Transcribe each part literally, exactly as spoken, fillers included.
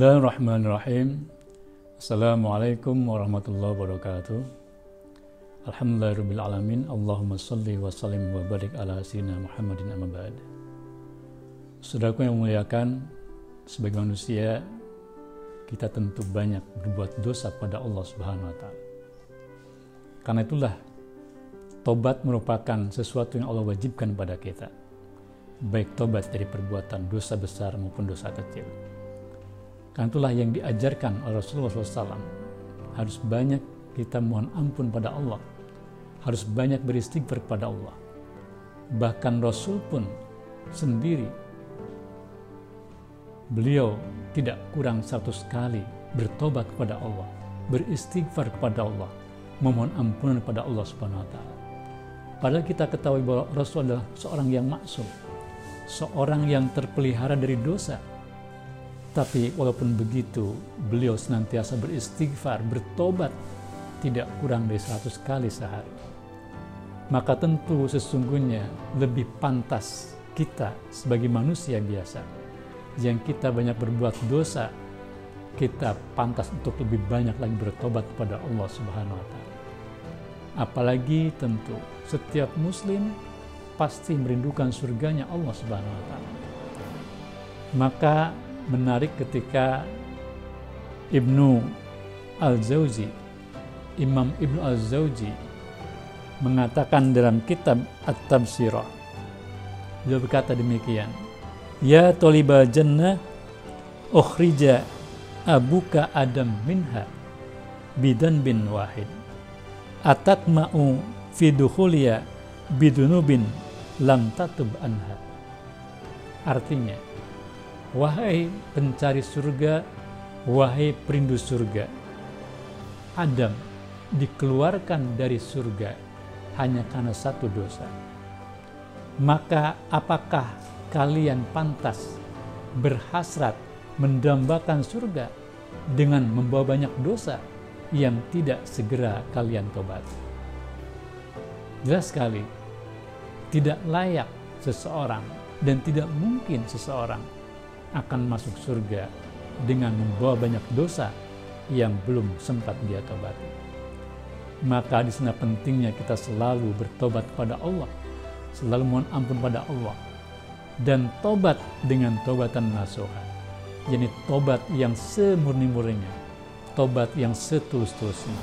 Bismillahirrahmanirrahim. Assalamualaikum warahmatullahi wabarakatuh. Alhamdulillahirabbil alamin. Allahumma shalli wa sallim wa barik ala sayyidina Muhammadin amma ba'd. Saudaraku yang memuliakan, sebagai manusia kita tentu banyak berbuat dosa pada Allah Subhanahu wa taala. Karena itulah tobat merupakan sesuatu yang Allah wajibkan pada kita. Baik tobat dari perbuatan dosa besar maupun dosa kecil. Karena itulah yang diajarkan oleh Rasulullah shallallahu alaihi wasallam. Harus banyak kita mohon ampun pada Allah. Harus banyak beristighfar kepada Allah. Bahkan Rasul pun sendiri, beliau tidak kurang seratus kali bertobat kepada Allah, beristighfar kepada Allah, memohon ampunan kepada Allah Subhanahu wa taala. Padahal kita ketahui bahwa Rasul adalah seorang yang maksum, seorang yang terpelihara dari dosa. Tapi walaupun begitu, beliau senantiasa beristighfar, bertobat tidak kurang dari seratus kali sehari. Maka tentu sesungguhnya lebih pantas kita sebagai manusia biasa yang kita banyak berbuat dosa, kita pantas untuk lebih banyak lagi bertobat kepada Allah Subhanahu wa taala. Apalagi tentu setiap muslim pasti merindukan surganya Allah Subhanahu wa taala. Maka menarik ketika Ibnu Al-Jauzi, Imam Ibnu Al-Jauzi mengatakan dalam kitab At-Tabsirah, beliau berkata demikian, ya tolibal jannah ukhrija abuka Adam minha bidan bin wahid atatma'u fi dukhuliya bidunubin lam tatub anha. Artinya, wahai pencari surga, wahai perindu surga, Adam dikeluarkan dari surga hanya karena satu dosa. Maka apakah kalian pantas berhasrat mendambakan surga dengan membawa banyak dosa yang tidak segera kalian tobat? Jelas sekali, tidak layak seseorang dan tidak mungkin seseorang akan masuk surga dengan membawa banyak dosa yang belum sempat dia tobati. Maka di sana pentingnya kita selalu bertobat kepada Allah, selalu mohon ampun pada Allah, dan tobat dengan tobatan nasuha, yakni tobat yang semurni-murninya, tobat yang setulus-tulusnya.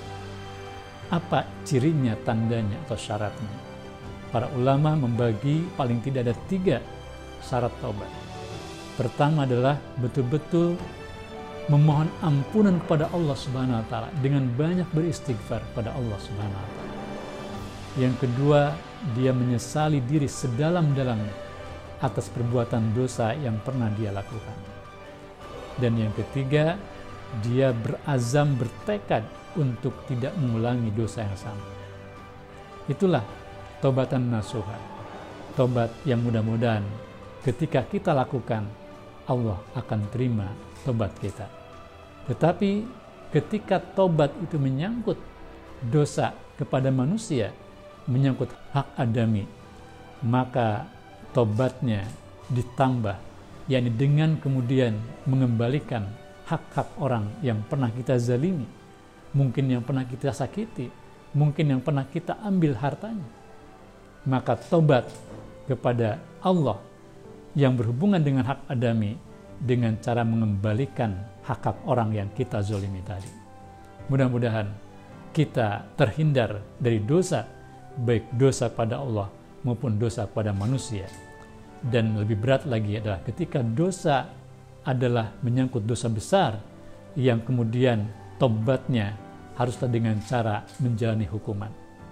Apa cirinya, tandanya, atau syaratnya? Para ulama membagi paling tidak ada tiga syarat tobat. Pertama adalah betul-betul memohon ampunan kepada Allah Subhanahu wa taala dengan banyak beristighfar kepada Allah Subhanahu wa taala. Yang kedua, dia menyesali diri sedalam-dalamnya atas perbuatan dosa yang pernah dia lakukan. Dan yang ketiga, dia berazam, bertekad untuk tidak mengulangi dosa yang sama. Itulah tobatan nasuha, tobat yang mudah-mudahan ketika kita lakukan, Allah akan terima tobat kita. Tetapi ketika tobat itu menyangkut dosa kepada manusia, menyangkut hak adami, maka tobatnya ditambah, yakni dengan kemudian mengembalikan hak-hak orang yang pernah kita zalimi, mungkin yang pernah kita sakiti, mungkin yang pernah kita ambil hartanya. Maka tobat kepada Allah yang berhubungan dengan hak adami dengan cara mengembalikan hak-hak orang yang kita zalimi tadi. Mudah-mudahan kita terhindar dari dosa, baik dosa pada Allah maupun dosa pada manusia. Dan lebih berat lagi adalah ketika dosa adalah menyangkut dosa besar yang kemudian tobatnya haruslah dengan cara menjalani hukuman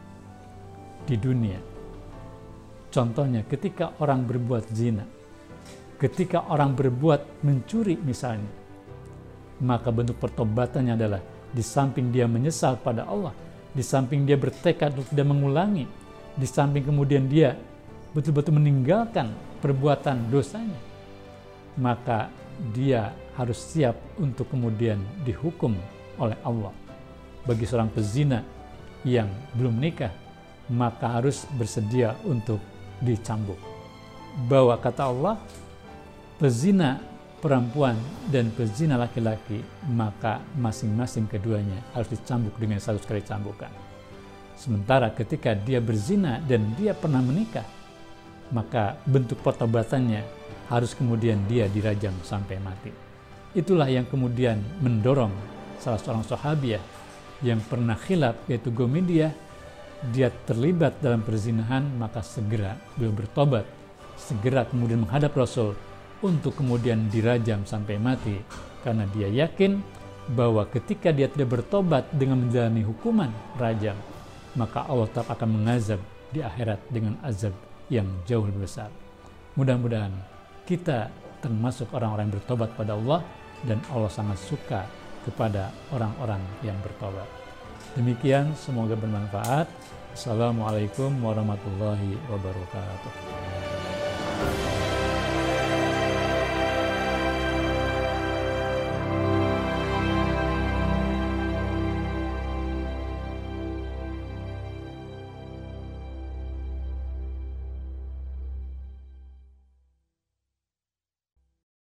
di dunia. Contohnya ketika orang berbuat zina, ketika orang berbuat mencuri misalnya, maka bentuk pertobatannya adalah di samping dia menyesal pada Allah, di samping dia bertekad untuk tidak mengulangi, di samping kemudian dia betul-betul meninggalkan perbuatan dosanya, maka dia harus siap untuk kemudian dihukum oleh Allah. Bagi seorang pezina yang belum menikah, maka harus bersedia untuk dicambuk. Bahwa kata Allah, pezina perempuan dan pezina laki-laki, maka masing-masing keduanya harus dicambuk dengan seratus kali cambukan. Sementara ketika dia berzina dan dia pernah menikah, maka bentuk pertobatannya harus kemudian dia dirajam sampai mati. Itulah yang kemudian mendorong salah seorang sahabiah yang pernah khilaf, yaitu Gomidyah. Dia terlibat dalam perzinahan, maka segera beliau bertobat, segera kemudian menghadap Rasul untuk kemudian dirajam sampai mati, karena dia yakin bahwa ketika dia tidak bertobat dengan menjalani hukuman rajam, maka Allah tetap akan mengazab di akhirat dengan azab yang jauh lebih besar. Mudah-mudahan kita termasuk orang-orang yang bertobat pada Allah, dan Allah sangat suka kepada orang-orang yang bertobat. Demikian, semoga bermanfaat. Assalamualaikum warahmatullahi wabarakatuh.